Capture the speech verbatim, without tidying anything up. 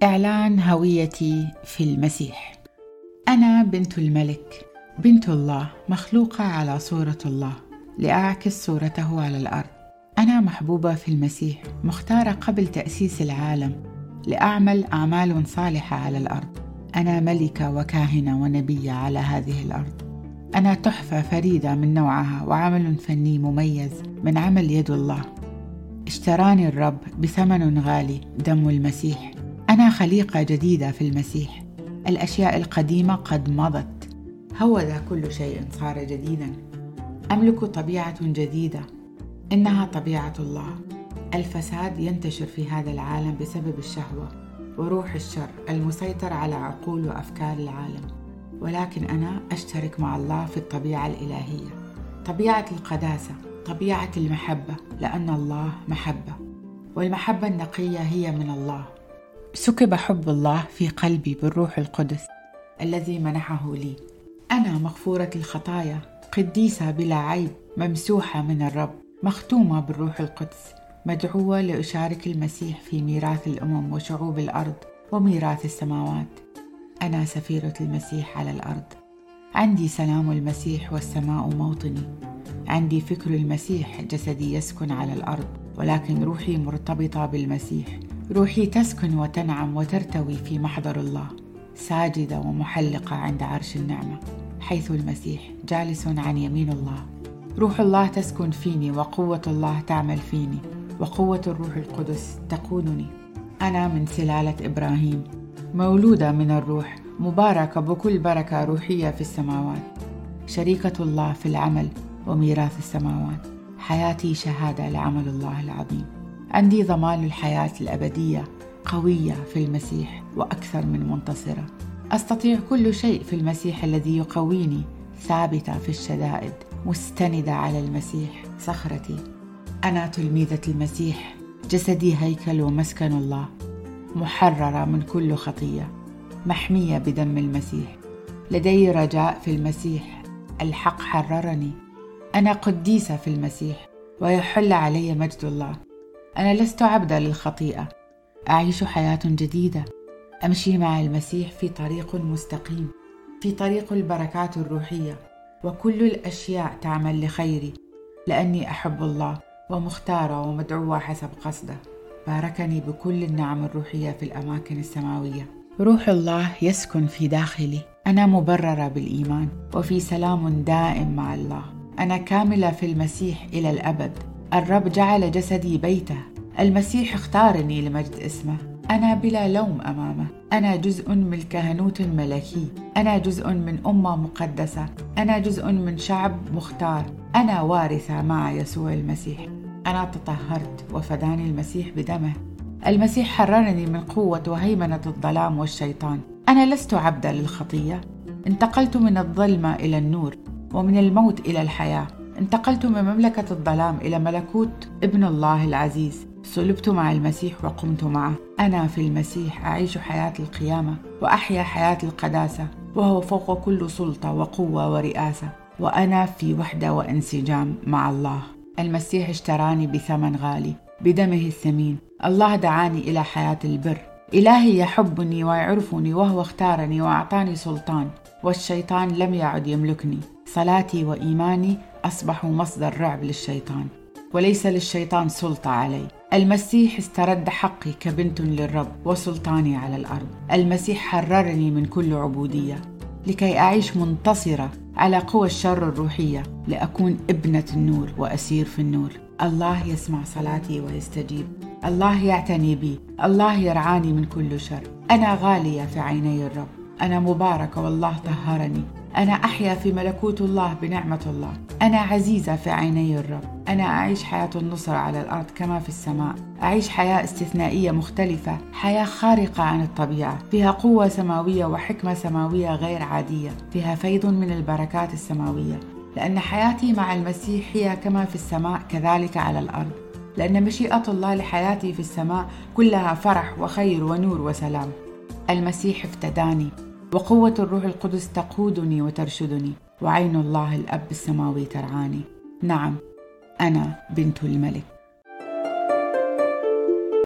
إعلان هويتي في المسيح. أنا بنت الملك، بنت الله، مخلوقة على صورة الله لأعكس صورته على الأرض. أنا محبوبة في المسيح، مختارة قبل تأسيس العالم لأعمل أعمال صالحة على الأرض. أنا ملكة وكاهنة ونبية على هذه الأرض. أنا تحفة فريدة من نوعها وعمل فني مميز من عمل يد الله. اشتراني الرب بثمن غالي، دم المسيح. أنا خليقة جديدة في المسيح، الأشياء القديمة قد مضت، هوذا كل شيء صار جديدا. أملك طبيعة جديدة، إنها طبيعة الله. الفساد ينتشر في هذا العالم بسبب الشهوة وروح الشر المسيطر على عقول وأفكار العالم، ولكن أنا أشترك مع الله في الطبيعة الإلهية، طبيعة القداسة، طبيعة المحبة، لأن الله محبة، والمحبة النقية هي من الله. سكب حب الله في قلبي بالروح القدس الذي منحه لي. أنا مغفورة الخطايا، قديسة بلا عيب، ممسوحة من الرب، مختومة بالروح القدس، مدعوة لأشارك المسيح في ميراث الأمم وشعوب الأرض وميراث السماوات. أنا سفيرة المسيح على الأرض. عندي سلام المسيح والسماء موطني. عندي فكر المسيح، جسدي يسكن على الأرض ولكن روحي مرتبطة بالمسيح. روحي تسكن وتنعم وترتوي في محضر الله، ساجدة ومحلقة عند عرش النعمة، حيث المسيح جالس عن يمين الله. روح الله تسكن فيني، وقوة الله تعمل فيني، وقوة الروح القدس تقودني. أنا من سلالة إبراهيم، مولودة من الروح، مباركة بكل بركة روحية في السماوات، شريكة الله في العمل وميراث السماوات. حياتي شهادة لعمل الله العظيم. عندي ضمان الحياة الأبدية، قوية في المسيح وأكثر من منتصرة. أستطيع كل شيء في المسيح الذي يقويني، ثابتة في الشدائد، مستندة على المسيح صخرتي. أنا تلميذة المسيح، جسدي هيكل ومسكن الله، محررة من كل خطية، محمية بدم المسيح. لدي رجاء في المسيح، الحق حررني. أنا قديسة في المسيح ويحل علي مجد الله. أنا لست عبدا للخطيئة، أعيش حياة جديدة، أمشي مع المسيح في طريق مستقيم، في طريق البركات الروحية، وكل الأشياء تعمل لخيري لأني أحب الله ومختارة ومدعوة حسب قصده. باركني بكل النعم الروحية في الأماكن السماوية. روح الله يسكن في داخلي. أنا مبررة بالإيمان وفي سلام دائم مع الله. أنا كاملة في المسيح إلى الأبد. الرب جعل جسدي بيته. المسيح اختارني لمجد اسمه. أنا بلا لوم أمامه. أنا جزء من الكهنوت الملكي. أنا جزء من أمة مقدسة. أنا جزء من شعب مختار. أنا وارثة مع يسوع المسيح. أنا تطهرت وفداني المسيح بدمه. المسيح حررني من قوة وهيمنة الظلام والشيطان. أنا لست عبدا للخطية. انتقلت من الظلمة إلى النور، ومن الموت إلى الحياة. انتقلت من مملكة الظلام إلى ملكوت ابن الله العزيز. صلبت مع المسيح وقمت معه. أنا في المسيح أعيش حياة القيامة وأحيا حياة القداسة، وهو فوق كل سلطة وقوة ورئاسة، وأنا في وحدة وانسجام مع الله. المسيح اشتراني بثمن غالي، بدمه الثمين. الله دعاني إلى حياة البر. إلهي يحبني ويعرفني، وهو اختارني وأعطاني سلطان، والشيطان لم يعد يملكني. صلاتي وإيماني أصبحوا مصدر رعب للشيطان، وليس للشيطان سلطة علي. المسيح استرد حقي كبنت للرب وسلطاني على الأرض. المسيح حررني من كل عبودية لكي أعيش منتصرة على قوى الشر الروحية، لأكون ابنة النور وأسير في النور. الله يسمع صلاتي ويستجيب. الله يعتني بي. الله يرعاني من كل شر. أنا غالية في عيني الرب. أنا مباركة والله طهرني. أنا أحيا في ملكوت الله بنعمة الله. أنا عزيزة في عيني الرب. أنا أعيش حياة النصر على الأرض كما في السماء. أعيش حياة استثنائية مختلفة، حياة خارقة عن الطبيعة، فيها قوة سماوية وحكمة سماوية غير عادية، فيها فيض من البركات السماوية، لأن حياتي مع المسيح هي كما في السماء كذلك على الأرض. لأن مشيئة الله لحياتي في السماء كلها فرح وخير ونور وسلام. المسيح افتداني، وقوة الروح القدس تقودني وترشدني، وعين الله الأب السماوي ترعاني. نعم، أنا بنت الملك.